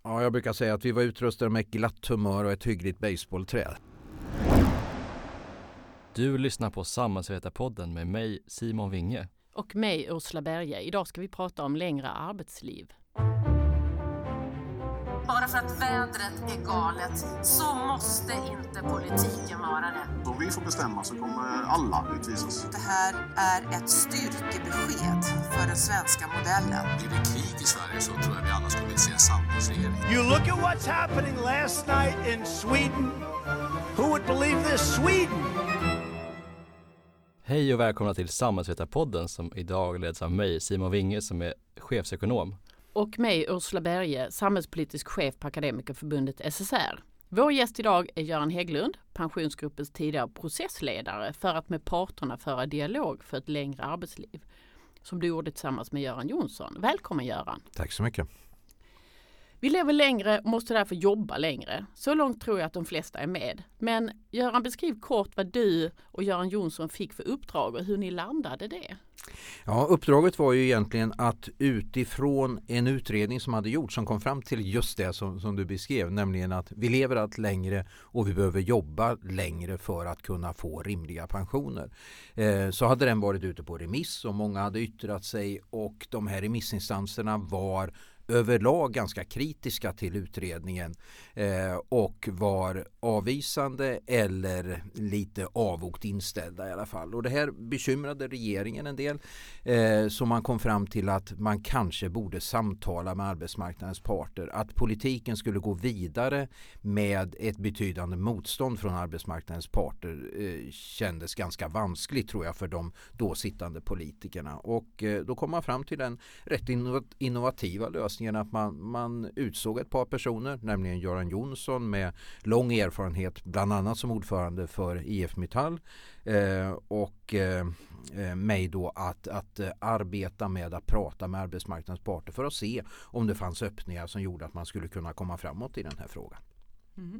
Ja, jag brukar säga att vi var utrustade med ett glatt humör och ett hyggligt baseballträ. Du lyssnar på Samhällsvetarpodden med mig, Simon Winge. Och mig, Ursula Berge. Idag ska vi prata om längre arbetsliv. Bara för att vädret är galet så måste inte politiken vara det. Om vi får bestämma så kommer alla utvisas. Det här är ett styrkebesked för den svenska modellen. Blir det krig i Sverige så tror jag vi alla skulle vilja se en samlingsregering. You look at what's happening last night in Sweden. Who would believe this? Sweden! Hej och välkomna till Samhällsvetarpodden som idag leds av mig, Simon Winge, som är chefsekonom. Och mig, Ursula Berge, samhällspolitisk chef på Akademikerförbundet SSR. Vår gäst idag är Göran Hägglund, pensionsgruppens tidigare processledare för att med parterna föra dialog för ett längre arbetsliv. Som du gjorde tillsammans med Göran Jonsson. Välkommen Göran. Tack så mycket. Vi lever längre och måste därför jobba längre. Så långt tror jag att de flesta är med. Men Göran, beskriv kort vad du och Göran Jonsson fick för uppdrag och hur ni landade det. Ja, uppdraget var ju egentligen att utifrån en utredning som hade gjorts som kom fram till just det som du beskrev, nämligen att vi lever allt längre och vi behöver jobba längre för att kunna få rimliga pensioner. Så hade den varit ute på remiss och många hade yttrat sig och de här remissinstanserna var överlag ganska kritiska till utredningen och var avvisande eller lite avvokt inställda i alla fall. Och det här bekymrade regeringen en del så man kom fram till att man kanske borde samtala med arbetsmarknadens parter. Att politiken skulle gå vidare med ett betydande motstånd från arbetsmarknadens parter kändes ganska vanskligt tror jag för de då sittande politikerna. Och då kom man fram till en rätt innovativa lösning att man utsåg ett par personer, nämligen Göran Jonsson med lång erfarenhet bland annat som ordförande för IF Metall och mig då att arbeta med att prata med arbetsmarknadens parter för att se om det fanns öppningar som gjorde att man skulle kunna komma framåt i den här frågan. Mm.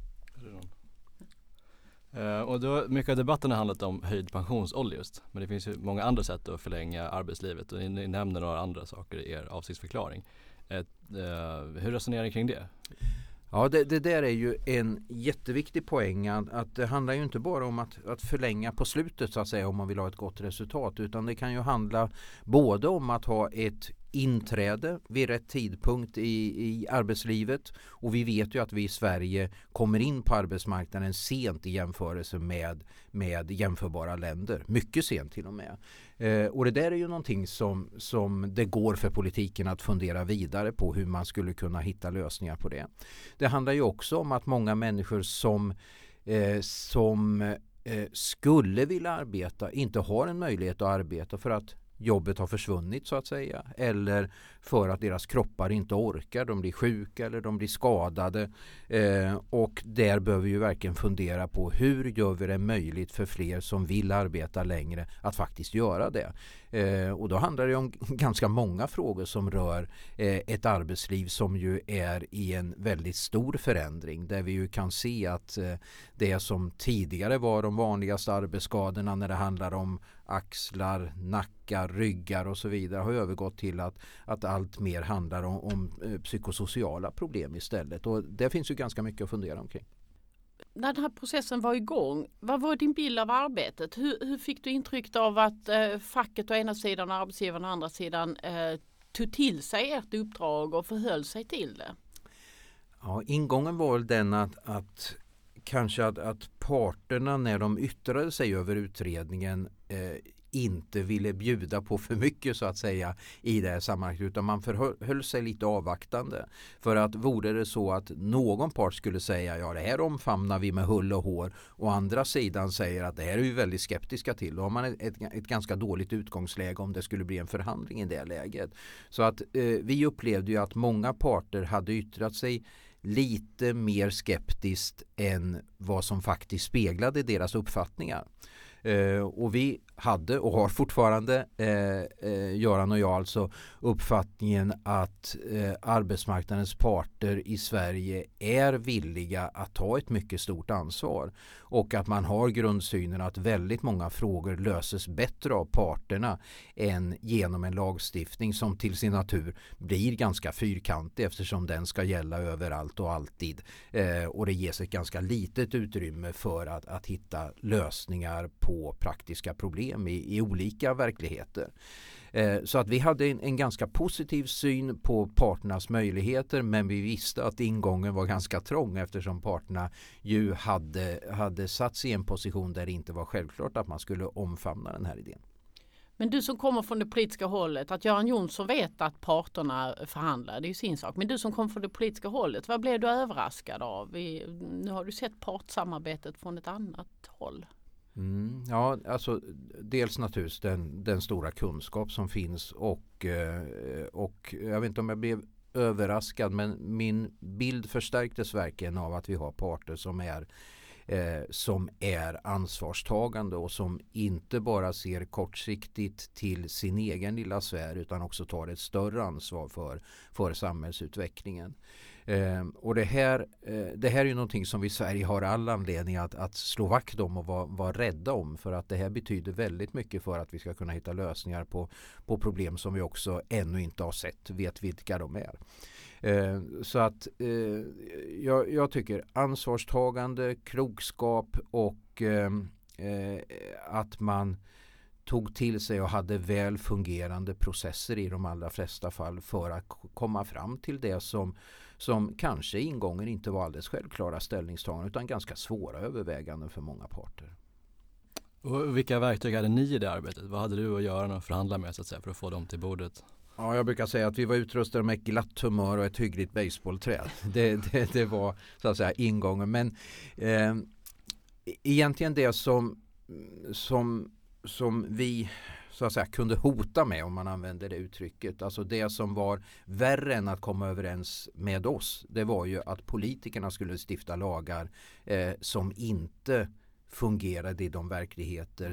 Och då, mycket av debatten har handlat om höjd pensionsålder just. Men det finns ju många andra sätt att förlänga arbetslivet och ni nämner några andra saker i er avsiktsförklaring. Hur resonerar ni kring det? Ja, det där är ju en jätteviktig poäng att det handlar ju inte bara om att förlänga på slutet så att säga om man vill ha ett gott resultat, utan det kan ju handla både om att ha ett inträde vid rätt tidpunkt i arbetslivet, och vi vet ju att vi i Sverige kommer in på arbetsmarknaden sent i jämförelse med jämförbara länder, mycket sent till och med. Och det där är ju någonting som det går för politiken att fundera vidare på hur man skulle kunna hitta lösningar på det. Det handlar ju också om att många människor som skulle vilja arbeta inte har en möjlighet att arbeta för att jobbet har försvunnit så att säga, eller för att deras kroppar inte orkar, de blir sjuka eller de blir skadade och där behöver vi ju verkligen fundera på hur gör vi det möjligt för fler som vill arbeta längre att faktiskt göra det. Och då handlar det om ganska många frågor som rör ett arbetsliv som ju är i en väldigt stor förändring, där vi ju kan se att det som tidigare var de vanligaste arbetsskadorna när det handlar om axlar, nackar, ryggar och så vidare har övergått till att allt mer handlar om psykosociala problem istället. Och det finns ju ganska mycket att fundera omkring. När den här processen var igång, vad var din bild av arbetet? Hur fick du intryck av att facket å ena sidan och arbetsgivaren å andra sidan tog till sig ert uppdrag och förhöll sig till det? Ja, ingången var väl den att kanske att parterna när de yttrade sig över utredningen inte ville bjuda på för mycket så att säga i det här sammanhanget, utan man förhöll sig lite avvaktande. För att vore det så att någon part skulle säga ja, det här omfamnar vi med hull och hår, och andra sidan säger att det här är vi väldigt skeptiska till, då har man ett ganska dåligt utgångsläge om det skulle bli en förhandling i det läget. Så att vi upplevde ju att många parter hade yttrat sig lite mer skeptiskt än vad som faktiskt speglade deras uppfattningar. Och vi hade och har fortfarande, Göran och jag, alltså uppfattningen att arbetsmarknadens parter i Sverige är villiga att ta ett mycket stort ansvar och att man har grundsynen att väldigt många frågor löses bättre av parterna än genom en lagstiftning som till sin natur blir ganska fyrkantig eftersom den ska gälla överallt och alltid, och det ges ett ganska litet utrymme för att hitta lösningar på praktiska problem i olika verkligheter. Så att vi hade en ganska positiv syn på parternas möjligheter, men vi visste att ingången var ganska trång eftersom parterna ju hade satt sig i en position där det inte var självklart att man skulle omfamna den här idén. Men du som kommer från det politiska hållet, att Göran Johnsson vet att parterna förhandlar, det är ju sin sak. Men du som kommer från det politiska hållet, vad blev du överraskad av? Nu har du sett partssamarbetet från ett annat håll. Ja, alltså dels naturligtvis den stora kunskap som finns och jag vet inte om jag blev överraskad, men min bild förstärktes verkligen av att vi har parter som är ansvarstagande och som inte bara ser kortsiktigt till sin egen lilla sfär utan också tar ett större ansvar för samhällsutvecklingen. Och det här är ju någonting som vi i Sverige har all anledning att slå vakt om och vara rädda om, för att det här betyder väldigt mycket för att vi ska kunna hitta lösningar på problem som vi också ännu inte har sett, vet vilka de är. Så att jag tycker ansvarstagande, klokskap och att man tog till sig och hade väl fungerande processer i de allra flesta fall för att komma fram till det som kanske ingången inte var alldeles självklara ställningstaganden utan ganska svåra överväganden för många parter. Och vilka verktyg hade ni i det arbetet? Vad hade du att göra och förhandla med så att säga, för att få dem till bordet? Ja, jag brukar säga att vi var utrustade med ett glatt humör och ett hyggligt baseballträd. Det var så att säga ingången. Men egentligen det som vi så att säga kunde hota med, om man använder det uttrycket, alltså det som var värre än att komma överens med oss, det var ju att politikerna skulle stifta lagar som inte fungerade i de verkligheter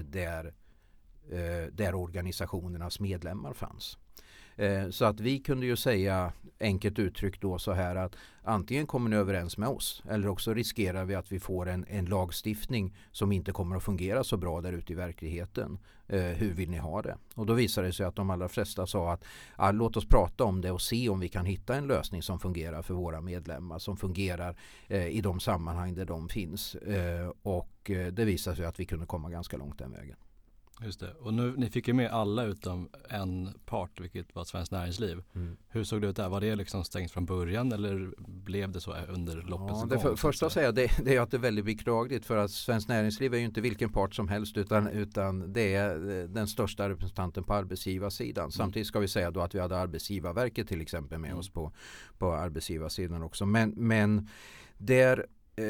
där organisationernas medlemmar fanns. Så att vi kunde ju säga, enkelt uttryckt då, så här att antingen kommer ni överens med oss eller också riskerar vi att vi får en lagstiftning som inte kommer att fungera så bra där ute i verkligheten. Hur vill ni ha det? Och då visade det sig att de allra flesta sa att låt oss prata om det och se om vi kan hitta en lösning som fungerar för våra medlemmar, som fungerar i de sammanhang där de finns. Och det visade sig att vi kunde komma ganska långt den vägen. Just det. Och nu, ni fick ju med alla utom en part, vilket var Svenskt Näringsliv. Hur såg det ut där? Var det liksom stängt från början eller blev det så under loppets gång? Det första att säga det är att det är väldigt beklagligt, för att Svenskt Näringsliv är ju inte vilken part som helst utan det är den största representanten på arbetsgivarsidan. Samtidigt ska vi säga då att vi hade Arbetsgivarverket till exempel med oss på arbetsgivarsidan också. Men där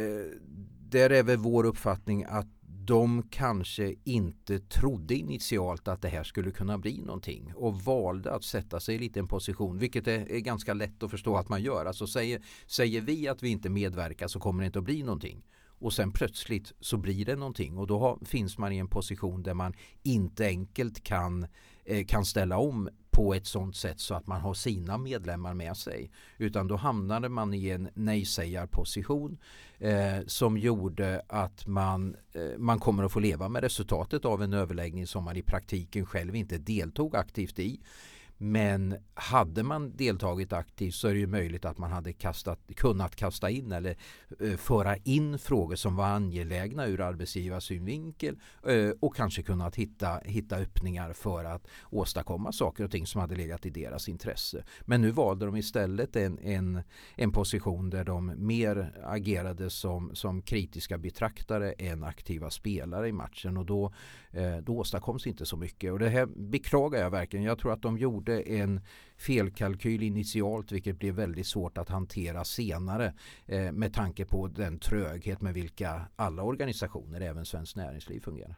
är väl vår uppfattning att de kanske inte trodde initialt att det här skulle kunna bli någonting och valde att sätta sig i en liten position, vilket är ganska lätt att förstå att man gör. Alltså säger vi att vi inte medverkar så kommer det inte att bli någonting. Och sen plötsligt så blir det någonting och då finns man i en position där man inte enkelt kan ställa om på ett sådant sätt så att man har sina medlemmar med sig. Utan då hamnade man i en nej-sägarposition som gjorde att man kommer att få leva med resultatet av en överläggning som man i praktiken själv inte deltog aktivt i. Men hade man deltagit aktivt så är det ju möjligt att man hade kunnat kasta in eller föra in frågor som var angelägna ur arbetsgivarsynvinkel och kanske kunnat hitta öppningar för att åstadkomma saker och ting som hade legat i deras intresse. Men nu valde de istället en position där de mer agerade som kritiska betraktare än aktiva spelare i matchen, och då åstadkoms inte så mycket. Och det här beklagar jag verkligen. Jag tror att de gjorde en felkalkyl initialt, vilket blev väldigt svårt att hantera senare med tanke på den tröghet med vilka alla organisationer, även Svenskt Näringsliv, fungerar.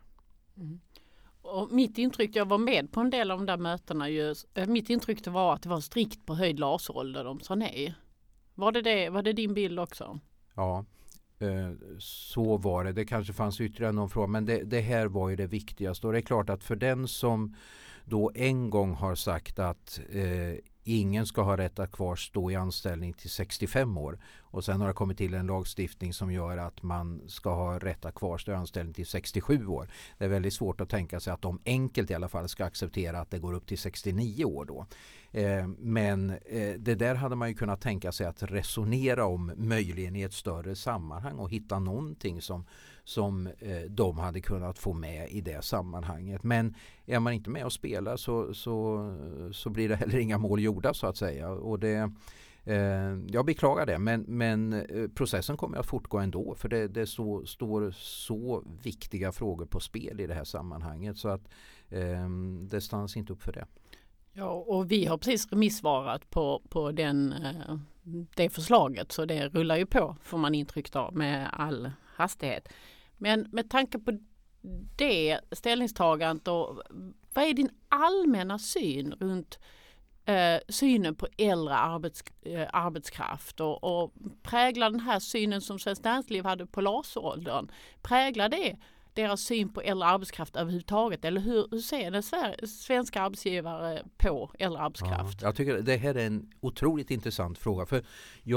Och mitt intryck, jag var med på en del av de där mötena, mitt intryck var att det var strikt på höjd LAS-ålder de sa nej. Var det din bild också? Ja, Så var det. Det kanske fanns ytterligare någon fråga, men det här var ju det viktigaste. Och det är klart att för den som då en gång har sagt att ingen ska ha rätt att kvarstå i anställning till 65 år och sen har det kommit till en lagstiftning som gör att man ska ha rätt att kvarstå i anställning till 67 år. Det är väldigt svårt att tänka sig att de enkelt i alla fall ska acceptera att det går upp till 69 år då. Men det där hade man ju kunnat tänka sig att resonera om möjligen i ett större sammanhang och hitta någonting som de hade kunnat få med i det sammanhanget. Men är man inte med och spelar så blir det heller inga mål gjorda så att säga. Och det, jag beklagar det, men processen kommer att fortgå ändå för det står så viktiga frågor på spel i det här sammanhanget så att det stannas inte upp för det. Ja, och vi har precis remissvarat på det förslaget så det rullar ju på får man intryck av med all hastighet. Men med tanke på det ställningstagandet och vad är din allmänna syn runt synen på äldre arbetskraft och präglar den här synen som Svenskt Näringsliv hade på LAS-åldern, präglar det deras syn på äldre arbetskraft överhuvudtaget? Eller hur ser det svenska arbetsgivare på äldre arbetskraft? Ja, jag tycker det här är en otroligt intressant fråga. För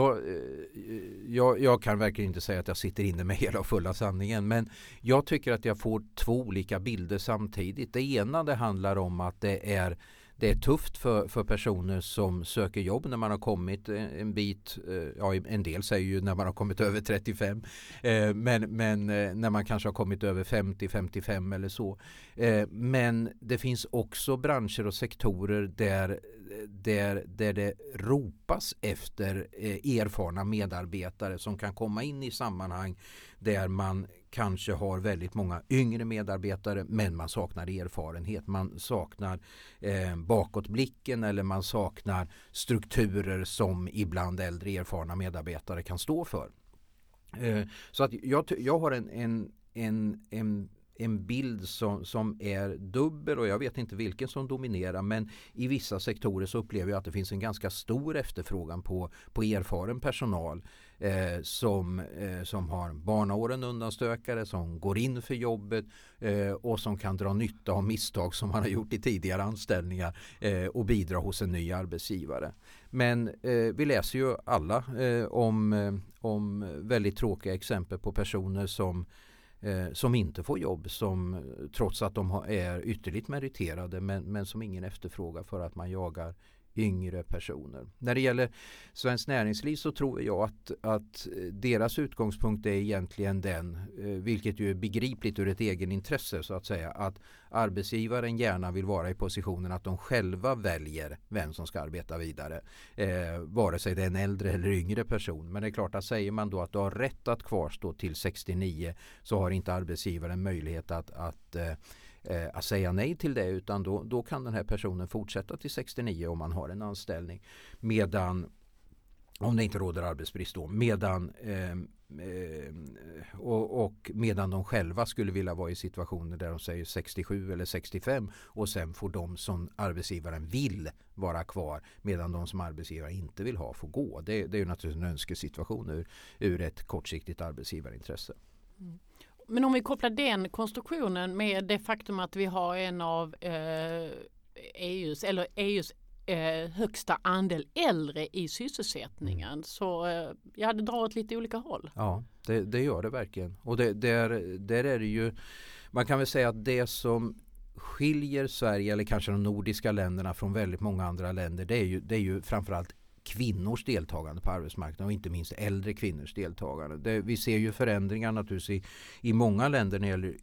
jag kan verkligen inte säga att jag sitter inne med hela och fulla sanningen. Men jag tycker att jag får två olika bilder samtidigt. Det ena det handlar om att det är tufft för personer som söker jobb när man har kommit en bit, ja en del säger ju när man har kommit över 35, men när man kanske har kommit över 50-55 eller så. Men det finns också branscher och sektorer där det ropas efter erfarna medarbetare som kan komma in i sammanhang där man kanske har väldigt många yngre medarbetare men man saknar erfarenhet. Man saknar bakåtblicken eller man saknar strukturer som ibland äldre erfarna medarbetare kan stå för. Så att jag har en bild som är dubbel och jag vet inte vilken som dominerar, men i vissa sektorer så upplever jag att det finns en ganska stor efterfrågan på erfaren personal som har barnaåren undanstökare, som går in för jobbet och som kan dra nytta av misstag som man har gjort i tidigare anställningar och bidra hos en ny arbetsgivare. Men vi läser ju alla om väldigt tråkiga exempel på personer som inte får jobb, som trots att de är ytterligt meriterade men som ingen efterfrågar för att man jagar yngre personer. När det gäller Svenskt Näringsliv så tror jag att deras utgångspunkt är egentligen den, vilket ju är begripligt ur ett egenintresse så att säga, att arbetsgivaren gärna vill vara i positionen att de själva väljer vem som ska arbeta vidare. Vare sig det är en äldre eller yngre person. Men det är klart att säger man då att du har rätt att kvarstå till 69 så har inte arbetsgivaren möjlighet att säga nej till det, utan då kan den här personen fortsätta till 69 om man har en anställning, medan om det inte råder arbetsbrist då, medan de själva skulle vilja vara i situationer där de säger 67 eller 65 och sen får de som arbetsgivaren vill vara kvar medan de som arbetsgivaren inte vill ha får gå. Det är ju naturligtvis en önskesituation ur ett kortsiktigt arbetsgivarintresse. Mm. Men om vi kopplar den konstruktionen med det faktum att vi har en av EUs högsta andel äldre i sysselsättningen, så jag hade dragit lite olika håll. Ja, det gör det verkligen. Och där är det ju, man kan väl säga att det som skiljer Sverige eller kanske de nordiska länderna från väldigt många andra länder, det är ju framförallt kvinnors deltagande på arbetsmarknaden och inte minst äldre kvinnors deltagande. Vi ser ju förändringar naturligtvis i många länder när det gäller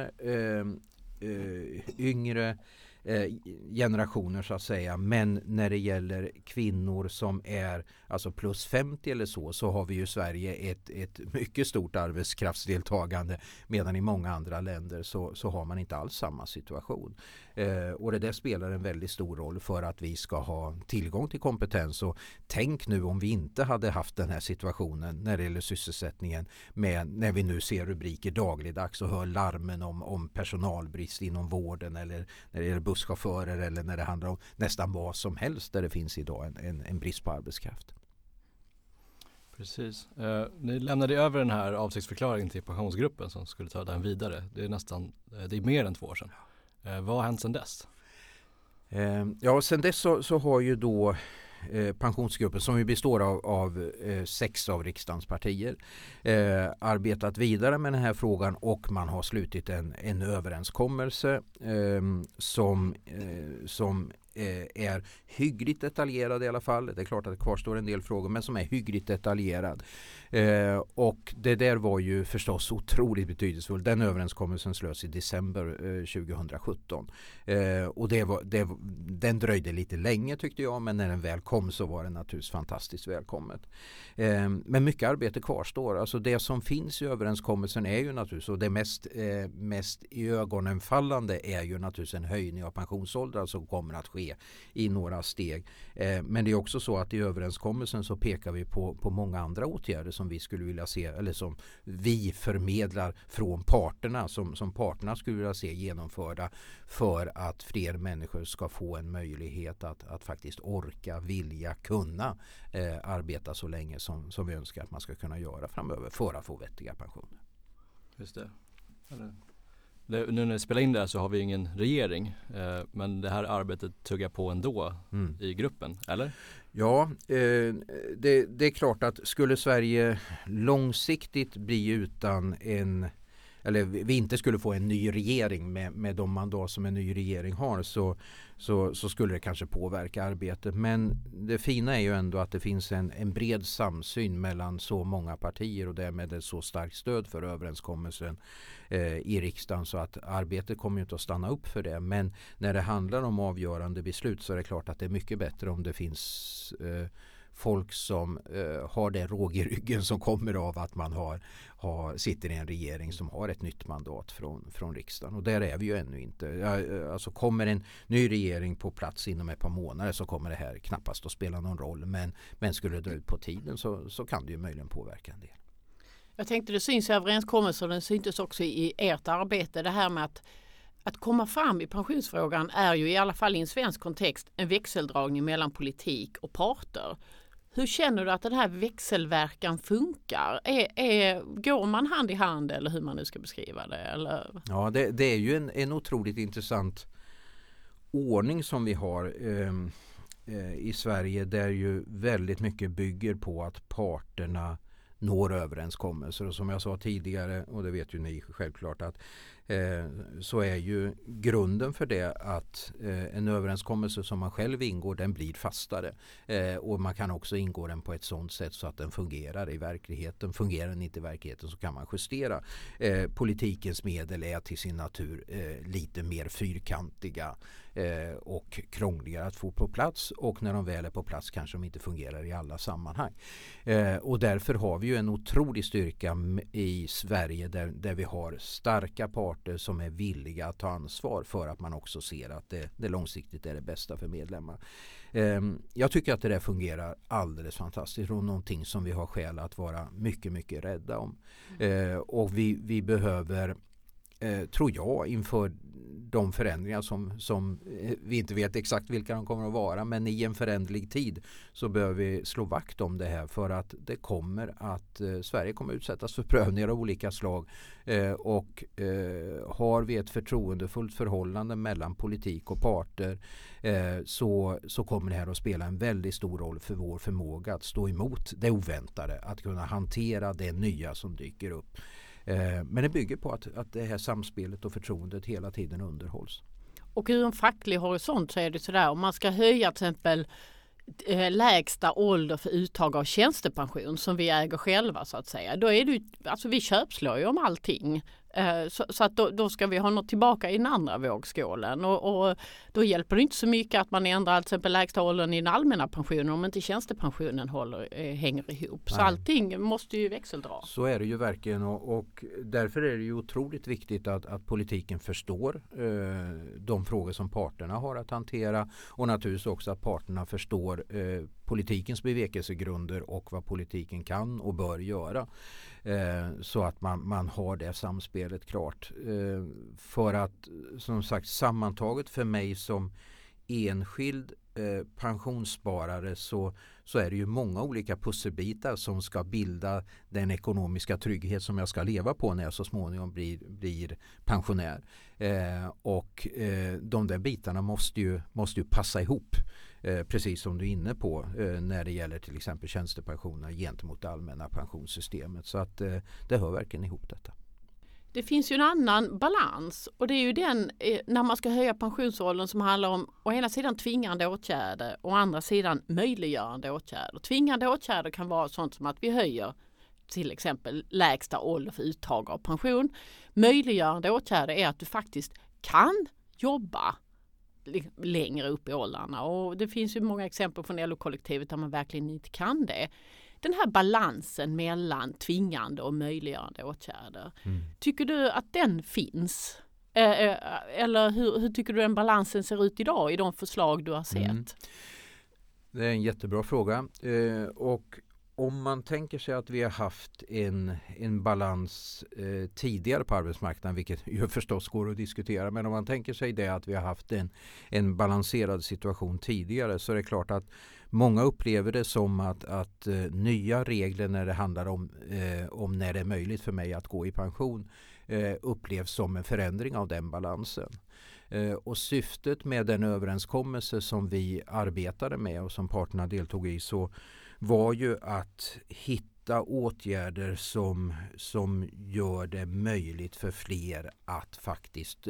yngre generationer så att säga, men när det gäller kvinnor som är alltså plus 50 eller så har vi ju i Sverige ett mycket stort arbetskraftsdeltagande, medan i många andra länder så har man inte alls samma situation. Och det spelar en väldigt stor roll för att vi ska ha tillgång till kompetens. Och tänk nu om vi inte hade haft den här situationen när det gäller sysselsättningen, när vi nu ser rubriker dagligdags och hör larmen om personalbrist inom vården eller när det gäller busschaufförer eller när det handlar om nästan vad som helst där det finns idag en brist på arbetskraft. Precis. Ni lämnade över den här avsiktsförklaringen till pensionsgruppen som skulle ta den vidare. Det är mer än 2 år sedan. Vad har hänt sedan dess? Ja, sedan dess så har ju då pensionsgruppen, som ju består av 6 av riksdagens partier, arbetat vidare med den här frågan, och man har slutit en överenskommelse som är hyggligt detaljerad i alla fall. Det är klart att det kvarstår en del frågor, men som är hyggligt detaljerad. Och det där var ju förstås otroligt betydelsefullt. Den överenskommelsen slöts i december 2017. Och den dröjde lite länge tyckte jag, men när den väl kom så var den naturligtvis fantastiskt välkommet. Men mycket arbete kvarstår. Alltså det som finns i överenskommelsen är ju naturligtvis, och det mest i ögonenfallande är ju naturligtvis en höjning av pensionsåldrar som kommer att ske i några steg. Men det är också så att i överenskommelsen så pekar vi på många andra åtgärder som vi skulle vilja se, eller som vi förmedlar från parterna, som parterna skulle vilja se genomförda för att fler människor ska få en möjlighet att faktiskt orka, vilja, kunna arbeta så länge som vi önskar att man ska kunna göra framöver för att få vettiga pensioner. Just det. Nu när vi spelar in det här så har vi ingen regering, men det här arbetet tuggar på ändå i gruppen, eller? Ja, det är klart att skulle Sverige långsiktigt bli utan eller vi inte skulle få en ny regering med de mandat som en ny regering har, så skulle det kanske påverka arbetet. Men det fina är ju ändå att det finns en bred samsyn mellan så många partier och därmed ett så starkt stöd för överenskommelsen i riksdagen, så att arbetet kommer ju inte att stanna upp för det. Men när det handlar om avgörande beslut så är det klart att det är mycket bättre om det finns folk som har den råg i ryggen som kommer av att man sitter i en regering som har ett nytt mandat från riksdagen. Och där är vi ju ännu inte. Alltså kommer en ny regering på plats inom ett par månader så kommer det här knappast att spela någon roll. Men skulle det dra ut på tiden så kan det ju möjligen påverka en del. Jag tänkte det syns i överenskommelsen, och den syntes också i ert arbete. Det här med att komma fram i pensionsfrågan är ju i alla fall i en svensk kontext en växeldragning mellan politik och parter. Hur känner du att den här växelverkan funkar? Går man hand i hand, eller hur man nu ska beskriva det? Eller? Ja, det är ju en otroligt intressant ordning som vi har i Sverige, där ju väldigt mycket bygger på att parterna når överenskommelser. Och som jag sa tidigare, och det vet ju ni självklart, att så är ju grunden för det att en överenskommelse som man själv ingår, den blir fastare. Och man kan också ingå den på ett sådant sätt så att den fungerar i verkligheten. Fungerar den inte i verkligheten så kan man justera. Politikens medel är till sin natur lite mer fyrkantiga och krångligare att få på plats, och när de väl är på plats kanske de inte fungerar i alla sammanhang. Och därför har vi ju en otrolig styrka i Sverige där vi har starka parter som är villiga att ta ansvar för att man också ser att det långsiktigt är det bästa för medlemmar. Jag tycker att det där fungerar alldeles fantastiskt, och någonting som vi har skäl att vara mycket, mycket rädda om. Och vi behöver, tror jag, inför de förändringar som vi inte vet exakt vilka de kommer att vara, men i en föränderlig tid så behöver vi slå vakt om det här, för att Sverige kommer utsättas för prövningar av olika slag, och har vi ett förtroendefullt förhållande mellan politik och parter så kommer det här att spela en väldigt stor roll för vår förmåga att stå emot det oväntade, att kunna hantera det nya som dyker upp. Men det bygger på att det här samspelet och förtroendet hela tiden underhålls. Och ur en facklig horisont så är det sådär, om man ska höja till exempel lägsta ålder för uttag av tjänstepension som vi äger själva så att säga, då är det ju, alltså vi köpslår ju om allting. Så att då ska vi ha något tillbaka i den andra vågskålen, och då hjälper det inte så mycket att man ändrar till exempel lägsta åldern i den allmänna pensionen om inte tjänstepensionen hänger ihop. Så allting måste ju växeldra. Så är det ju verkligen, och därför är det ju otroligt viktigt att politiken förstår de frågor som parterna har att hantera, och naturligtvis också att parterna förstår politikens bevekelsegrunder och vad politiken kan och bör göra. Så att man har det samspelet klart. För att, som sagt, sammantaget för mig som enskild pensionssparare så så är det ju många olika pusselbitar som ska bilda den ekonomiska trygghet som jag ska leva på när jag så småningom blir pensionär. De där bitarna måste ju passa ihop. Precis som du är inne på när det gäller till exempel tjänstepensioner gentemot det allmänna pensionssystemet. Så att det hör verkligen ihop detta. Det finns ju en annan balans och det är ju den när man ska höja pensionsåldern som handlar om å ena sidan tvingande åtgärder och å andra sidan möjliggörande åtgärder. Tvingande åtgärder kan vara sånt som att vi höjer till exempel lägsta ålder för uttag av pension. Möjliggörande åtgärder är att du faktiskt kan jobba längre upp i åldrarna och det finns ju många exempel från LO-kollektivet där man verkligen inte kan det. Den här balansen mellan tvingande och möjliggörande åtgärder. Tycker du att den finns? Eller hur tycker du den balansen ser ut idag i de förslag du har sett? Det är en jättebra fråga. Och om man tänker sig att vi har haft en balans tidigare på arbetsmarknaden, vilket ju förstås går att diskutera, men om man tänker sig det att vi har haft en balanserad situation tidigare så är det klart att många upplever det som att nya regler när det handlar om när det är möjligt för mig att gå i pension upplevs som en förändring av den balansen. Och syftet med den överenskommelse som vi arbetade med och som parterna deltog i så var ju att hitta åtgärder som gör det möjligt för fler att faktiskt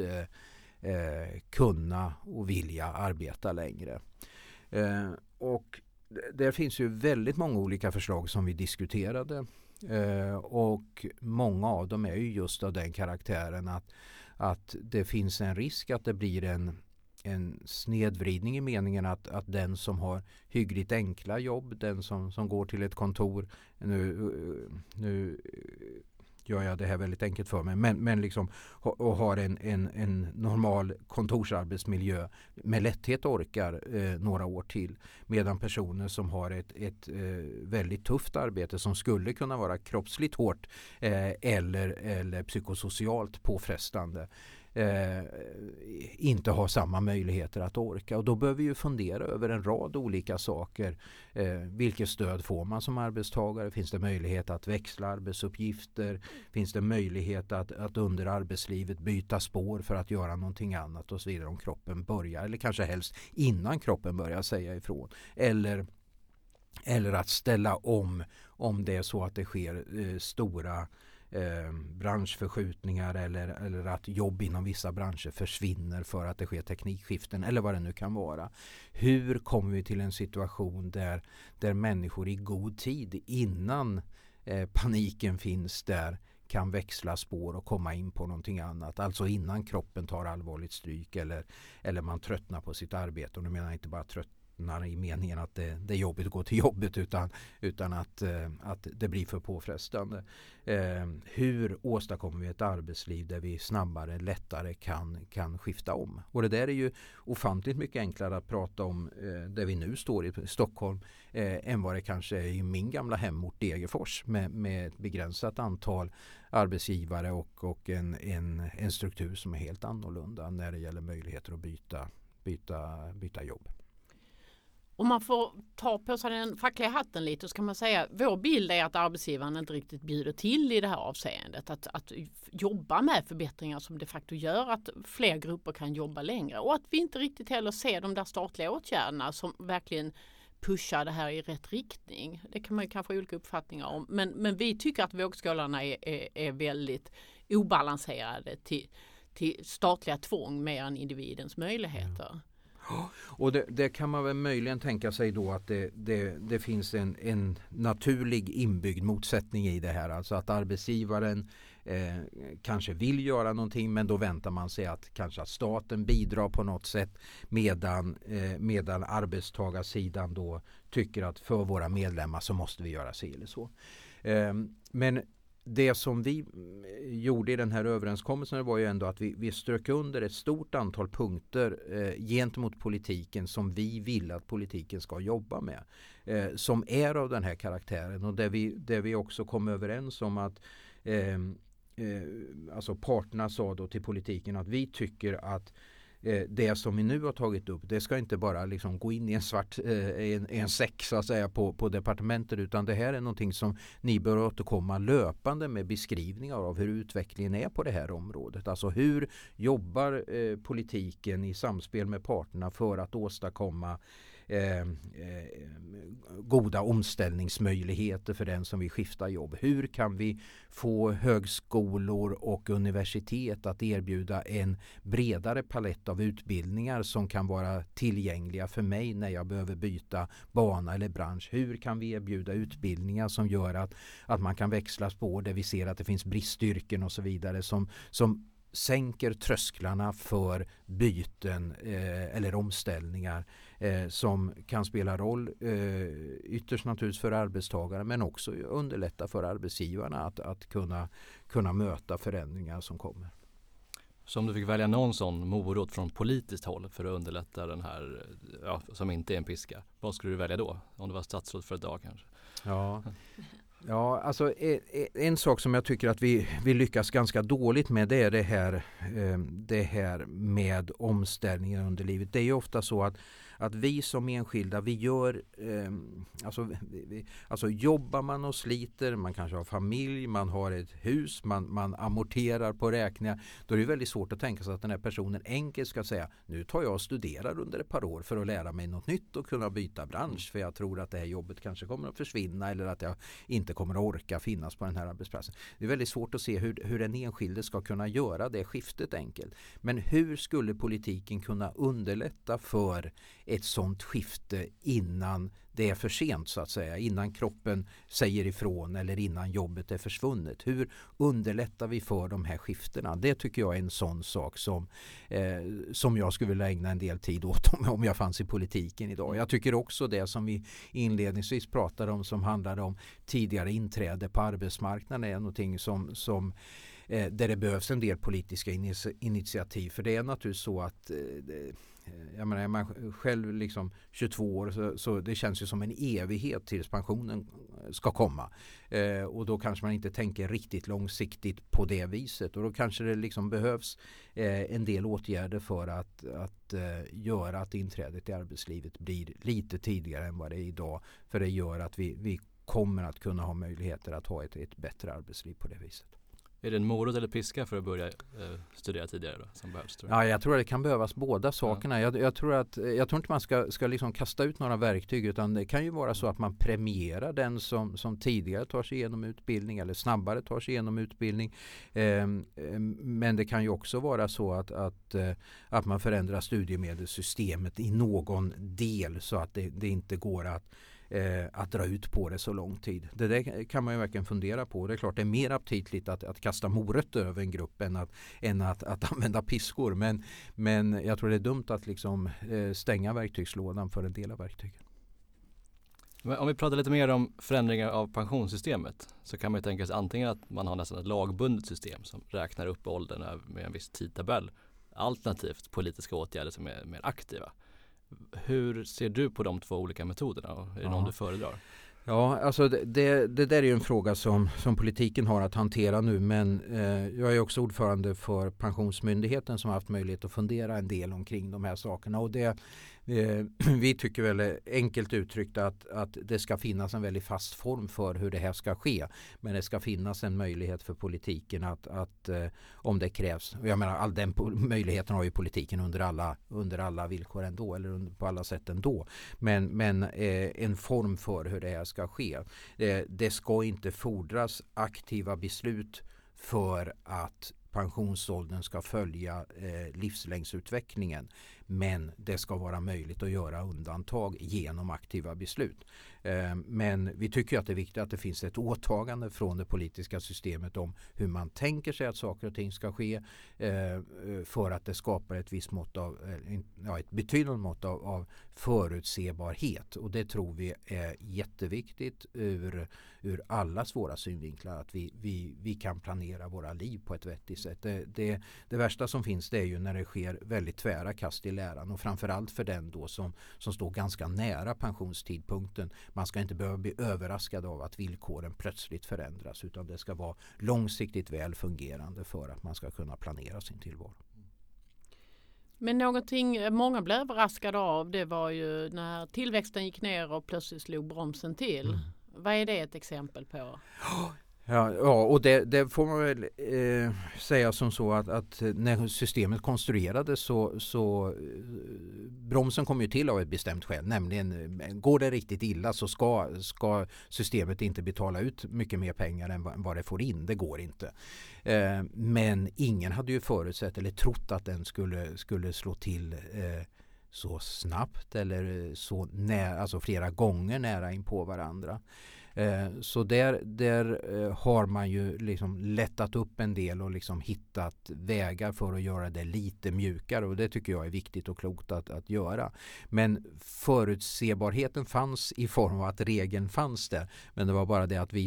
kunna och vilja arbeta längre. Och där finns ju väldigt många olika förslag som vi diskuterade och många av dem är ju just av den karaktären att det finns en risk att det blir en snedvridning i meningen att den som har hyggligt enkla jobb, den som går till ett kontor, nu gör jag det här väldigt enkelt för mig, men liksom och har en normal kontorsarbetsmiljö med lätthet orkar några år till, medan personer som har ett väldigt tufft arbete som skulle kunna vara kroppsligt hårt eller psykosocialt påfrestande inte har samma möjligheter att orka. Och då behöver vi ju fundera över en rad olika saker. Vilket stöd får man som arbetstagare? Finns det möjlighet att växla arbetsuppgifter? Finns det möjlighet att under arbetslivet byta spår för att göra någonting annat och så vidare om kroppen börjar, eller kanske helst innan kroppen börjar säga ifrån. Eller att ställa om det är så att det sker stora branschförskjutningar eller att jobb inom vissa branscher försvinner för att det sker teknikskiften eller vad det nu kan vara. Hur kommer vi till en situation där människor i god tid innan paniken finns där kan växla spår och komma in på någonting annat. Alltså innan kroppen tar allvarligt stryk eller man tröttnar på sitt arbete. Och nu menar jag inte bara tröttnar i meningen att det är jobbigt att gå till jobbet utan att det blir för påfrestande. Hur åstadkommer vi ett arbetsliv där vi snabbare, lättare kan skifta om? Och det där är ju ofantligt mycket enklare att prata om där vi nu står i Stockholm än vad det kanske är i min gamla hemort Degerfors med ett begränsat antal arbetsgivare och en struktur som är helt annorlunda när det gäller möjligheter att byta jobb. Om man får ta på sig den fackliga hatten lite så kan man säga att vår bild är att arbetsgivaren inte riktigt bjuder till i det här avseendet. Att jobba med förbättringar som de facto gör att fler grupper kan jobba längre. Och att vi inte riktigt heller ser de där statliga åtgärderna som verkligen pushar det här i rätt riktning. Det kan man ju kanske ha olika uppfattningar om. Men vi tycker att vågskålarna är väldigt obalanserade till statliga tvång mer än individens möjligheter. Och det kan man väl möjligen tänka sig då att det finns en naturlig inbyggd motsättning i det här. Alltså att arbetsgivaren kanske vill göra någonting, men då väntar man sig att kanske att staten bidrar på något sätt medan arbetstagarsidan då tycker att för våra medlemmar så måste vi göra sig eller så. Men det som vi gjorde i den här överenskommelsen var ju ändå att vi strök under ett stort antal punkter gentemot politiken som vi vill att politiken ska jobba med. Som är av den här karaktären och där vi också kom överens om att alltså parterna sa då till politiken att vi tycker att det som vi nu har tagit upp, det ska inte bara liksom gå in i en säck så att säga på departementet, utan det här är någonting som ni bör återkomma löpande med beskrivningar av hur utvecklingen är på det här området. Alltså hur jobbar politiken i samspel med parterna för att åstadkomma goda omställningsmöjligheter för den som vill skifta jobb. Hur kan vi få högskolor och universitet att erbjuda en bredare palett av utbildningar som kan vara tillgängliga för mig när jag behöver byta bana eller bransch? Hur kan vi erbjuda utbildningar som gör att man kan växla spår där vi ser att det finns bristyrken och så vidare som sänker trösklarna för byten eller omställningar som kan spela roll ytterst naturligtvis för arbetstagare, men också underlätta för arbetsgivarna att kunna möta förändringar som kommer. Så om du fick välja någon sån morot från politiskt håll för att underlätta den här, som inte är en piska, vad skulle du välja då? Om det var statsråd för ett dag kanske? Ja, alltså en sak som jag tycker att vi lyckas ganska dåligt med, det är det här med omställningar under livet. Det är ju ofta så att vi som enskilda, vi gör, alltså jobbar man och sliter, man kanske har familj, man har ett hus, man amorterar på räkningar, då är det väldigt svårt att tänka sig att den här personen enkelt ska säga, nu tar jag och studerar under ett par år för att lära mig något nytt och kunna byta bransch, för jag tror att det här jobbet kanske kommer att försvinna eller att jag inte kommer att orka finnas på den här arbetsplatsen. Det är väldigt svårt att se hur den enskilde ska kunna göra det skiftet enkelt. Men hur skulle politiken kunna underlätta för ett sånt skifte innan det är för sent så att säga, innan kroppen säger ifrån eller innan jobbet är försvunnet? Hur underlättar vi för de här skiftena? Det tycker jag är en sån sak som jag skulle vilja ägna en del tid åt om jag fanns i politiken idag. Jag tycker också det som vi inledningsvis pratade om, som handlade om tidigare inträde på arbetsmarknaden, är någonting som där det behövs en del politiska initiativ. För det är naturligtvis så att jag menar, är man själv liksom 22 år så det känns ju som en evighet tills pensionen ska komma. Och då kanske man inte tänker riktigt långsiktigt på det viset. Och då kanske det liksom behövs en del åtgärder för att göra att inträdet i arbetslivet blir lite tidigare än vad det är idag. För det gör att vi kommer att kunna ha möjligheter att ha ett bättre arbetsliv på det viset. Är det en morot eller piska för att börja studera tidigare då, som behövs? Tror jag. Ja, jag tror att det kan behövas båda sakerna. Ja. Jag tror inte man ska liksom kasta ut några verktyg, utan det kan ju vara så att man premierar den som tidigare tar sig igenom utbildning eller snabbare tar sig igenom utbildning. Men det kan ju också vara så att man förändrar studiemedelssystemet i någon del så att det inte går att dra ut på det så lång tid. Det där kan man ju verkligen fundera på. Det är klart det är mer aptitligt att kasta morötter över en grupp än att använda piskor. Men jag tror det är dumt att liksom stänga verktygslådan för en del av verktygen. Men om vi pratar lite mer om förändringar av pensionssystemet, så kan man ju tänka sig antingen att man har nästan ett lagbundet system som räknar upp åldern med en viss tidtabell, alternativt politiska åtgärder som är mer aktiva. Hur ser du på de två olika metoderna? Är det någon du föredrar? Ja, alltså det där är ju en fråga som politiken har att hantera nu, men jag är också ordförande för Pensionsmyndigheten som har haft möjlighet att fundera en del omkring de här sakerna, och vi tycker väl enkelt uttryckt att det ska finnas en väldigt fast form för hur det här ska ske, men det ska finnas en möjlighet för politiken att om det krävs, och jag menar all den möjligheten har ju politiken under alla villkor ändå, eller på alla sätt ändå, men en form för hur det här ska ske. Det ska inte fordras aktiva beslut för att pensionsåldern ska följa livslängdsutvecklingen, men det ska vara möjligt att göra undantag genom aktiva beslut. Men vi tycker att det är viktigt att det finns ett åtagande från det politiska systemet om hur man tänker sig att saker och ting ska ske för att det skapar ett visst mått av, ett betydande mått av förutsebarhet, och det tror vi är jätteviktigt ur allas våra synvinklar, att vi kan planera våra liv på ett vettigt sätt. Det värsta som finns, det är ju när det sker väldigt tvära kast i läran, och framförallt för den då som står ganska nära pensionstidpunkten. Man ska inte behöva bli överraskad av att villkoren plötsligt förändras, utan det ska vara långsiktigt väl fungerande för att man ska kunna planera sin tillvaro. Men någonting många blev överraskade av, det var ju när tillväxten gick ner och plötsligt slog bromsen till. Vad är det ett exempel på? Ja, och det får man väl säga som så att när systemet konstruerades så bromsen kom ju till av ett bestämt skäl, nämligen går det riktigt illa så ska systemet inte betala ut mycket mer pengar än vad det får in. Det går inte. Men ingen hade ju förutsett eller trott att den skulle slå till så snabbt eller så nära, alltså flera gånger nära in på varandra. Så där har man ju liksom lättat upp en del och liksom hittat vägar för att göra det lite mjukare, och det tycker jag är viktigt och klokt att göra. Men förutsebarheten fanns i form av att regeln fanns där, men det var bara det att vi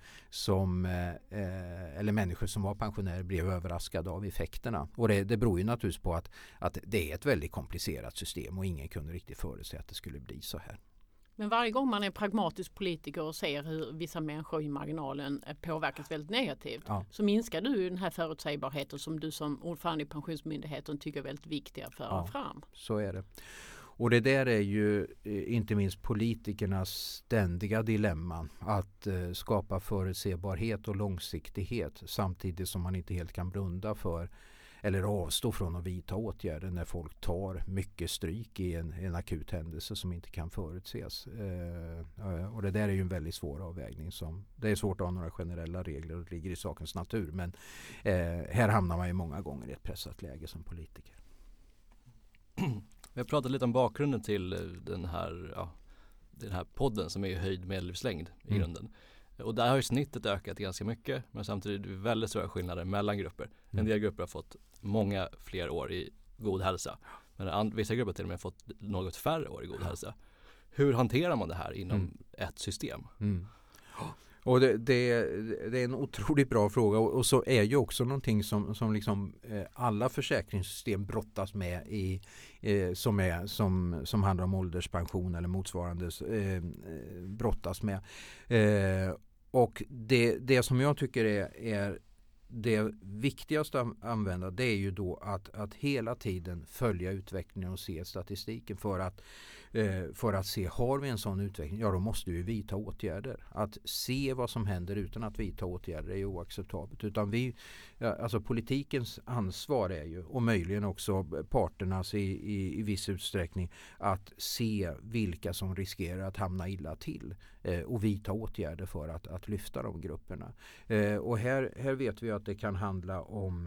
eller människor som var pensionärer blev överraskade av effekterna. Och det beror ju naturligtvis på att det är ett väldigt komplicerat system och ingen kunde riktigt förutse att det skulle bli så här. Men varje gång man är pragmatisk politiker och ser hur vissa människor i marginalen påverkas väldigt negativt, så minskar du den här förutsägbarheten som du som ordförande i Pensionsmyndigheten tycker är väldigt viktiga att föra fram. Så är det. Och det där är ju inte minst politikernas ständiga dilemma, att skapa förutsägbarhet och långsiktighet samtidigt som man inte helt kan blunda för eller avstå från att vidta åtgärder när folk tar mycket stryk i en akut händelse som inte kan förutses. Och det där är ju en väldigt svår avvägning. Det är svårt att ha några generella regler och det ligger i sakens natur. Men här hamnar man ju många gånger i ett pressat läge som politiker. Vi har pratat lite om bakgrunden till den här podden som är höjd medellivslängd i grunden. Och där har ju snittet ökat ganska mycket, men samtidigt är det väldigt stora skillnader mellan grupper. En del grupper har fått många fler år i god hälsa, men vissa grupper har till och med fått något färre år i god hälsa. Hur hanterar man det här inom ett system? Och det är en otroligt bra fråga, och så är ju också någonting som liksom alla försäkringssystem brottas med som handlar om ålderspension eller motsvarande brottas med. Och det som jag tycker är det viktigaste att använda, det är ju då att hela tiden följa utvecklingen och se statistiken för att se, har vi en sån utveckling, ja då måste vi vidta åtgärder. Att se vad som händer utan att vidta åtgärder är oacceptabelt. Utan alltså politikens ansvar är ju, och möjligen också parternas i viss utsträckning, att se vilka som riskerar att hamna illa till och vidta åtgärder för att lyfta de grupperna. Och här vet vi att det kan handla om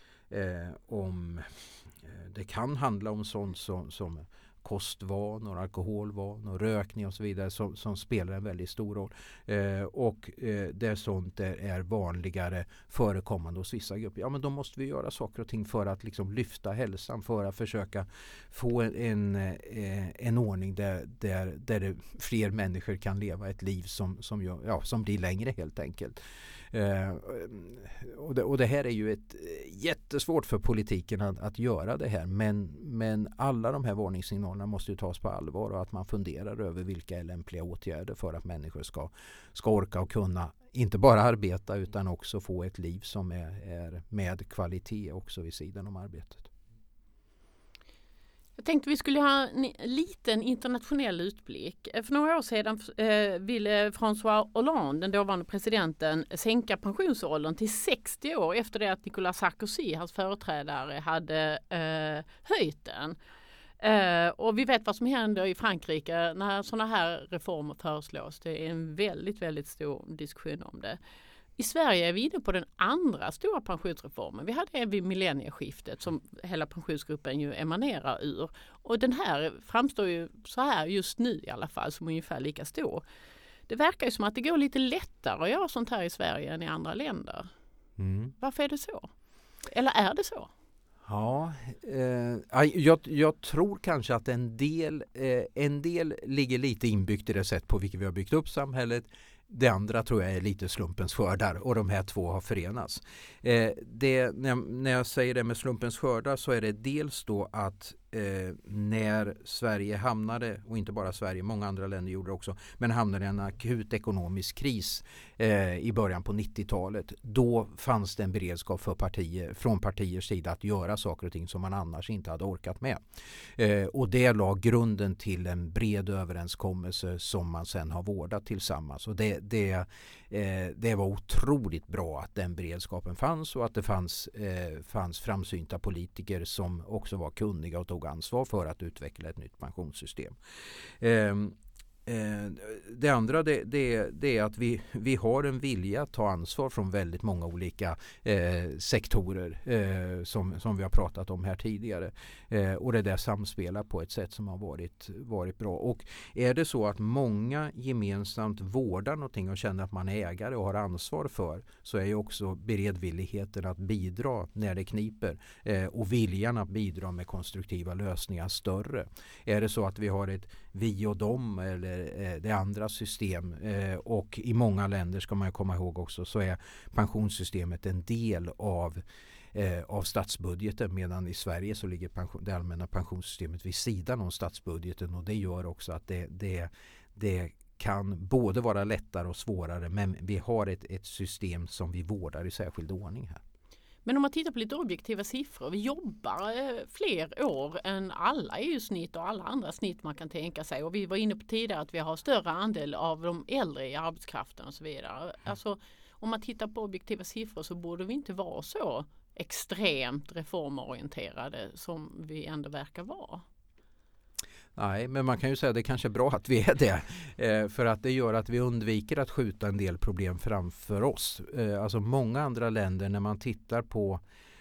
sånt som kostvanor, alkoholvanor, rökning och så vidare som spelar en väldigt stor roll. Och där sånt är vanligare förekommande hos vissa grupper. Ja, men då måste vi göra saker och ting för att liksom lyfta hälsan, för att försöka få en ordning där fler människor kan leva ett liv som blir längre helt enkelt. Och det här är ju jättesvårt för politiken att göra det här, men alla de här varningssignalerna måste ju tas på allvar, och att man funderar över vilka är lämpliga åtgärder för att människor ska orka och kunna inte bara arbeta utan också få ett liv som är med kvalitet också vid sidan om arbetet. Jag tänkte vi skulle ha en liten internationell utblick. För några år sedan ville François Hollande, den dåvarande presidenten, sänka pensionsåldern till 60 år efter det att Nicolas Sarkozy, hans företrädare, hade höjt den. Och vi vet vad som händer i Frankrike när sådana här reformer föreslås. Det är en väldigt, väldigt stor diskussion om det. I Sverige är vi inne på den andra stora pensionsreformen. Vi hade en vid millennieskiftet som hela pensionsgruppen ju emanerar ur. Och den här framstår ju så här just nu i alla fall som ungefär lika stor. Det verkar ju som att det går lite lättare att göra sånt här i Sverige än i andra länder. Varför är det så? Eller är det så? Ja, jag tror kanske att en del ligger lite inbyggt i det sätt på vilket vi har byggt upp samhället. Det andra tror jag är lite slumpens skördar, och de här två har förenats. När jag säger det med slumpens skördar så är det dels då att när Sverige hamnade, och inte bara Sverige, många andra länder gjorde det också, men hamnade i en akut ekonomisk kris i början på 90-talet, då fanns det en beredskap för från partiers sida att göra saker och ting som man annars inte hade orkat med. Och det la grunden till en bred överenskommelse som man sen har vårdat tillsammans. Och det var otroligt bra att den beredskapen fanns och att det fanns framsynta politiker som också var kunniga och tog ansvar för att utveckla ett nytt pensionssystem. Det andra det är att vi har en vilja att ta ansvar från väldigt många olika sektorer som vi har pratat om här tidigare. Och det där samspelar på ett sätt som har varit bra. Och är det så att många gemensamt vårdar någonting och känner att man är ägare och har ansvar för, så är ju också beredvilligheten att bidra när det kniper och viljan att bidra med konstruktiva lösningar större. Är det så att vi har ett vi och dem eller det andra system, och i många länder ska man komma ihåg också, så är pensionssystemet en del av statsbudgeten, medan i Sverige så ligger det allmänna pensionssystemet vid sidan om statsbudgeten, och det gör också att det kan både vara lättare och svårare, men vi har ett system som vi vårdar i särskild ordning här. Men om man tittar på lite objektiva siffror, vi jobbar fler år än alla EU-snitt och alla andra snitt man kan tänka sig. Och vi var inne på tidigare att vi har större andel av de äldre i arbetskraften och så vidare. Alltså, om man tittar på objektiva siffror så borde vi inte vara så extremt reformorienterade som vi ändå verkar vara. Nej, men man kan ju säga att det kanske är bra att vi är det. För att det gör att vi undviker att skjuta en del problem framför oss. Alltså många andra länder, när man tittar på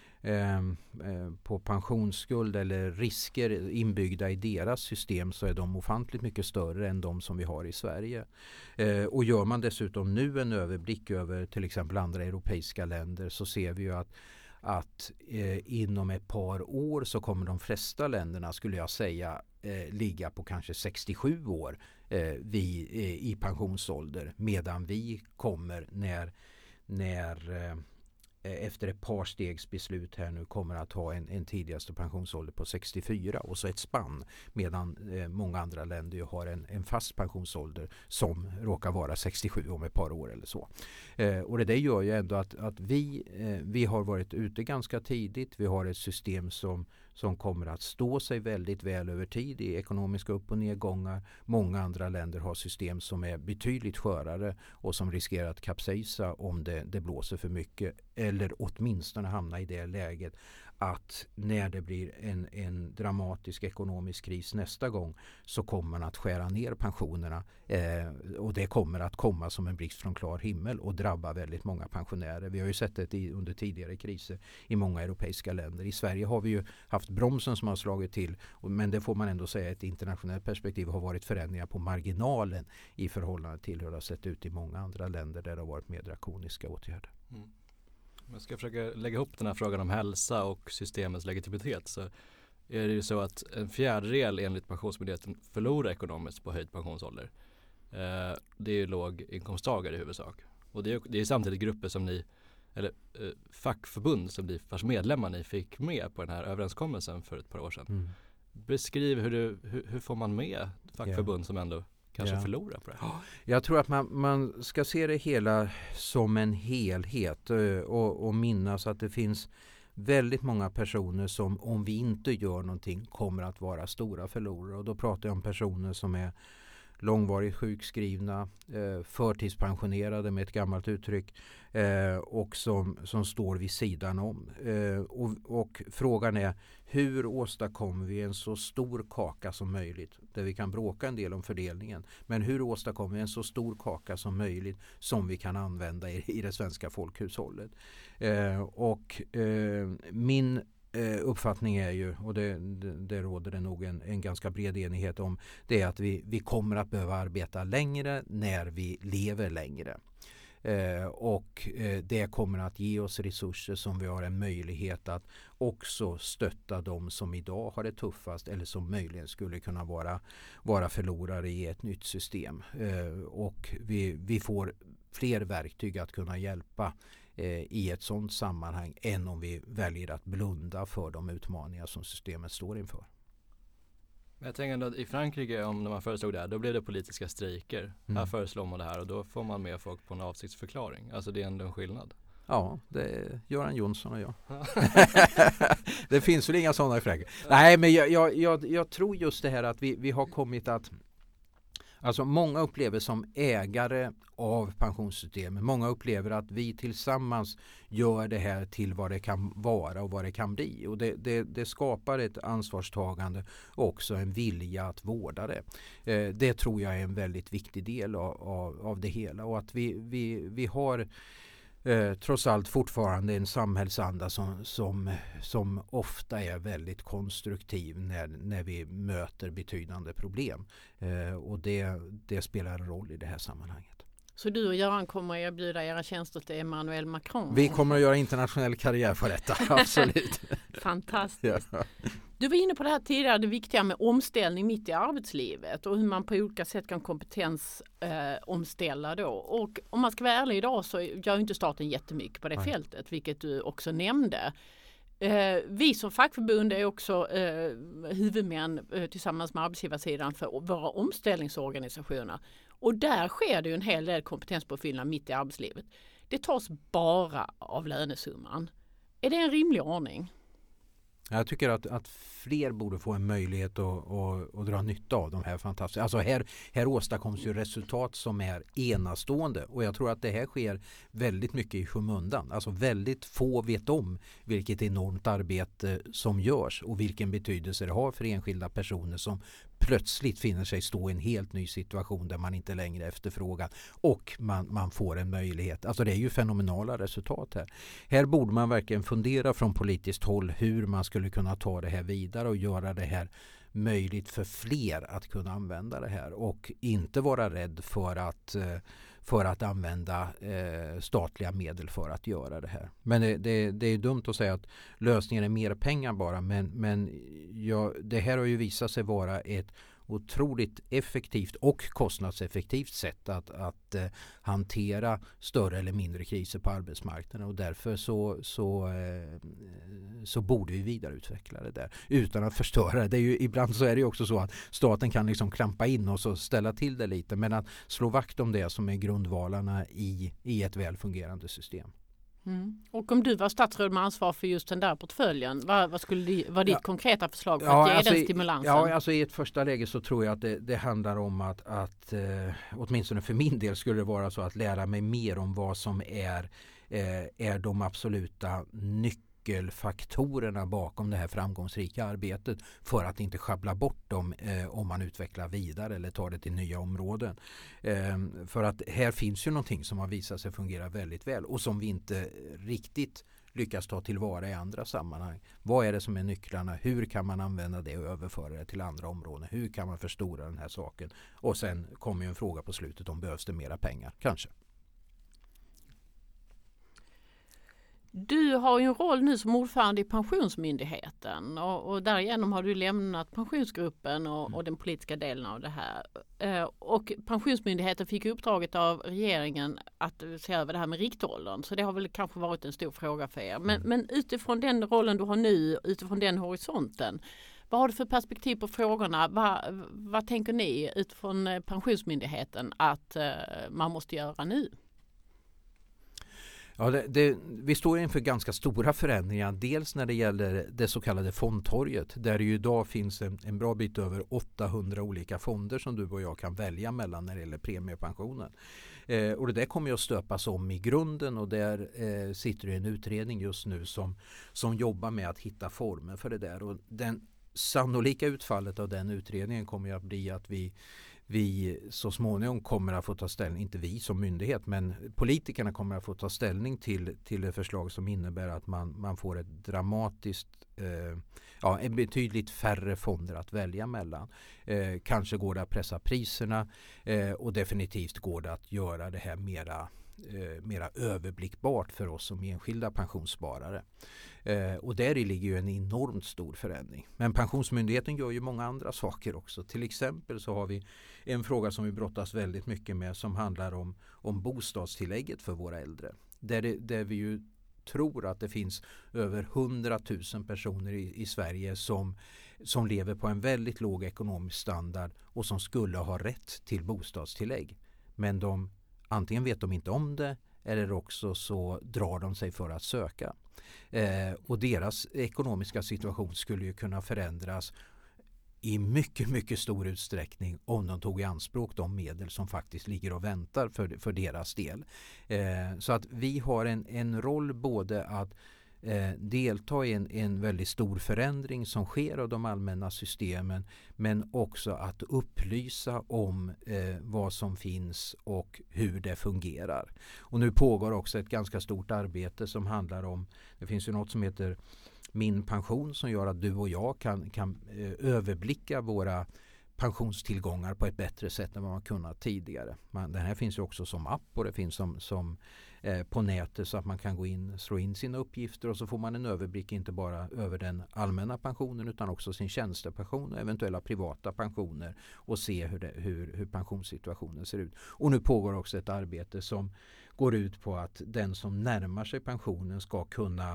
pensionsskuld eller risker inbyggda i deras system, så är de ofantligt mycket större än de som vi har i Sverige. Och gör man dessutom nu en överblick över till exempel andra europeiska länder, så ser vi ju att inom ett par år så kommer de flesta länderna, skulle jag säga, ligga på kanske 67 år i pensionsålder, medan vi kommer när efter ett par stegs beslut här nu kommer att ha en tidigaste pensionsålder på 64 och så ett spann, medan många andra länder ju har en fast pensionsålder som råkar vara 67 om ett par år eller så. Och det gör ju ändå att vi har varit ute ganska tidigt. Vi har ett system som kommer att stå sig väldigt väl över tid i ekonomiska upp- och nedgångar. Många andra länder har system som är betydligt skörare och som riskerar att kapsejsa om det blåser för mycket, eller åtminstone hamna i det läget att när det blir en dramatisk ekonomisk kris nästa gång, så kommer man att skära ner pensionerna och det kommer att komma som en blixt från klar himmel och drabba väldigt många pensionärer. Vi har ju sett det under tidigare kriser i många europeiska länder. I Sverige har vi ju haft bromsen som har slagit till, men det får man ändå säga ett internationellt perspektiv har varit förändringar på marginalen i förhållande till hur det har sett ut i många andra länder där det har varit mer drakoniska åtgärder. Mm. Om jag ska försöka lägga ihop den här frågan om hälsa och systemets legitimitet, så är det ju så att 1/4 enligt Pensionsmyndigheten förlorar ekonomiskt på höjd pensionsålder. Det är ju låginkomsttagare i huvudsak. Och det är samtidigt grupper som ni, eller fackförbund som vars medlemmar ni fick med på den här överenskommelsen för ett par år sedan. Mm. Beskriv hur får man med fackförbund som ändå kanske förlorar på det. Jag tror att man ska se det hela som en helhet och minnas att det finns väldigt många personer som, om vi inte gör någonting, kommer att vara stora förlorare. Och då pratar jag om personer som är långvarigt sjukskrivna, förtidspensionerade med ett gammalt uttryck, och som står vid sidan om. Och frågan är, hur åstadkommer vi en så stor kaka som möjligt, där vi kan bråka en del om fördelningen, men hur åstadkommer vi en så stor kaka som möjligt som vi kan använda i det svenska folkhushållet? Min uppfattning är ju, och det råder det nog en ganska bred enighet om, det är att vi kommer att behöva arbeta längre när vi lever längre. Det kommer att ge oss resurser som vi har en möjlighet att också stötta de som idag har det tuffast eller som möjligen skulle kunna vara förlorare i ett nytt system. Och vi får fler verktyg att kunna hjälpa i ett sådant sammanhang än om vi väljer att blunda för de utmaningar som systemet står inför. Jag tänker ändå att i Frankrike, när man föreslog det här, då blev det politiska strejker. Här föreslår man det här och då får man med folk på en avsiktsförklaring. Alltså det är ändå en skillnad. Ja, det är Göran Jonsson och jag. Det finns väl inga sådana i Frankrike. Nej, men jag tror just det här att vi har kommit att alltså många upplever som ägare av pensionssystemet. Många upplever att vi tillsammans gör det här till vad det kan vara och vad det kan bli. Och det skapar ett ansvarstagande och också en vilja att vårda det. Det tror jag är en väldigt viktig del av det hela. Och att vi har trots allt fortfarande en samhällsanda som ofta är väldigt konstruktiv när vi möter betydande problem. Och det spelar en roll i det här sammanhanget. Så du och Göran kommer att erbjuda era tjänster till Emmanuel Macron? Vi kommer att göra internationell karriär för detta, absolut. Fantastiskt. Ja. Du var inne på det här tidigare, det viktiga med omställning mitt i arbetslivet och hur man på olika sätt kan kompetensomställa då. Och om man ska vara ärlig idag så gör inte staten jättemycket på det fältet, vilket du också nämnde. Vi som fackförbund är också huvudmän tillsammans med arbetsgivarsidan för våra omställningsorganisationer. Och där sker det ju en hel del kompetenspåfyllnad mitt i arbetslivet. Det tas bara av lönesumman. Är det en rimlig ordning? Jag tycker att fler borde få en möjlighet att dra nytta av de här fantastiska. Alltså här åstadkoms ju resultat som är enastående och jag tror att det här sker väldigt mycket i skymundan. Alltså väldigt få vet om vilket enormt arbete som görs och vilken betydelse det har för enskilda personer som plötsligt finner sig stå i en helt ny situation där man inte längre efterfrågar och man får en möjlighet. Alltså det är ju fenomenala resultat här. Här borde man verkligen fundera från politiskt håll hur man skulle kunna ta det här vidare och göra det här möjligt för fler att kunna använda det här och inte vara rädd för att använda statliga medel för att göra det här. Men det är dumt att säga att lösningen är mer pengar bara, men det här har ju visat sig vara ett otroligt effektivt och kostnadseffektivt sätt att hantera större eller mindre kriser på arbetsmarknaden och därför så borde vi vidareutveckla det där utan att förstöra det. Ibland så är det ju också så att staten kan liksom klampa in och så ställa till det lite, men att slå vakt om det som är grundvalarna i ett väl fungerande system. Mm. Och om du var statsråd med ansvar för just den där portföljen, vad skulle vara ditt konkreta förslag för att ge den stimulansen? Ja, alltså i ett första läge så tror jag att det handlar om att åtminstone för min del skulle det vara så att lära mig mer om vad som är de absoluta nyckelfaktorerna bakom det här framgångsrika arbetet för att inte schabbla bort dem om man utvecklar vidare eller tar det till nya områden. För att här finns ju någonting som har visat sig fungera väldigt väl och som vi inte riktigt lyckas ta tillvara i andra sammanhang. Vad är det som är nycklarna? Hur kan man använda det och överföra det till andra områden? Hur kan man förstora den här saken? Och sen kommer ju en fråga på slutet om behövs det mera pengar? Kanske. Du har ju en roll nu som ordförande i Pensionsmyndigheten och därigenom har du lämnat pensionsgruppen och den politiska delen av det här. Och Pensionsmyndigheten fick uppdraget av regeringen att se över det här med riktåldern, så det har väl kanske varit en stor fråga för er. Men utifrån den rollen du har nu, utifrån den horisonten, vad har du för perspektiv på frågorna? Vad tänker ni utifrån Pensionsmyndigheten att man måste göra nu? Ja, vi står inför ganska stora förändringar. Dels när det gäller det så kallade fondtorget där det ju idag finns en bra bit över 800 olika fonder som du och jag kan välja mellan när det gäller premiepensionen. Och det där kommer ju att stöpas om i grunden och där sitter det en utredning just nu som jobbar med att hitta former för det där. Och den sannolika utfallet av den utredningen kommer ju att bli att vi så småningom kommer att få ta ställning, inte vi som myndighet, men politikerna kommer att få ta ställning till ett förslag som innebär att man får ett dramatiskt, en betydligt färre fonder att välja mellan. Kanske går det att pressa priserna och definitivt går det att göra det här mera överblickbart för oss som enskilda pensionssparare. Och där ligger ju en enormt stor förändring. Men Pensionsmyndigheten gör ju många andra saker också. Till exempel så har vi en fråga som vi brottas väldigt mycket med som handlar om bostadstillägget för våra äldre. Där vi ju tror att det finns över 100 000 personer i Sverige som lever på en väldigt låg ekonomisk standard och som skulle ha rätt till bostadstillägg. Men antingen vet de inte om det eller också så drar de sig för att söka. Och deras ekonomiska situation skulle ju kunna förändras i mycket, mycket stor utsträckning om de tog i anspråk de medel som faktiskt ligger och väntar för deras del. Så att vi har en roll både att delta i en väldigt stor förändring som sker av de allmänna systemen, men också att upplysa om vad som finns och hur det fungerar. Och nu pågår också ett ganska stort arbete som handlar om, det finns ju något som heter Min pension som gör att du och jag kan överblicka våra pensionstillgångar på ett bättre sätt än vad man kunnat tidigare. Den här finns ju också som app och det finns som på nätet så att man kan gå in, slå in sina uppgifter och så får man en överblick inte bara över den allmänna pensionen utan också sin tjänstepension och eventuella privata pensioner och se hur pensionssituationen ser ut. Och nu pågår också ett arbete som går ut på att den som närmar sig pensionen ska kunna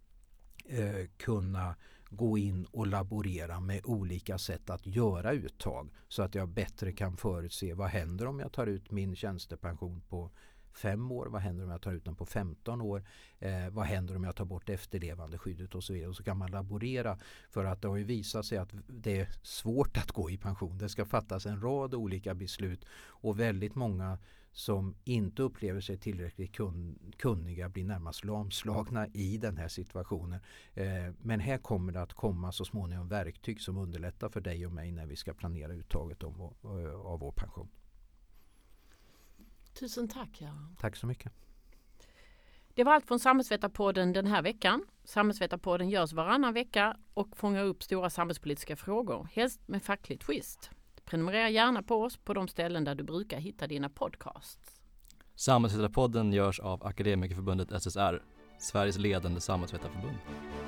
gå in och laborera med olika sätt att göra uttag så att jag bättre kan förutse vad händer om jag tar ut min tjänstepension på 5 år, vad händer om jag tar ut den på 15 år, vad händer om jag tar bort efterlevandeskyddet och så vidare. Och så kan man laborera, för att det har ju visat sig att det är svårt att gå i pension. Det ska fattas en rad olika beslut och väldigt många som inte upplever sig tillräckligt kunniga blir närmast lamslagna i den här situationen. Men här kommer det att komma så småningom verktyg som underlättar för dig och mig när vi ska planera uttaget av vår pension. Tusen tack, Göran. Tack så mycket. Det var allt från Samhällsvetarpodden den här veckan. Samhällsvetarpodden görs varannan vecka och fångar upp stora samhällspolitiska frågor, helst med facklig twist. Prenumerera gärna på oss på de ställen där du brukar hitta dina podcasts. Samhällsvetarpodden görs av Akademikerförbundet SSR, Sveriges ledande samhällsvetarförbund.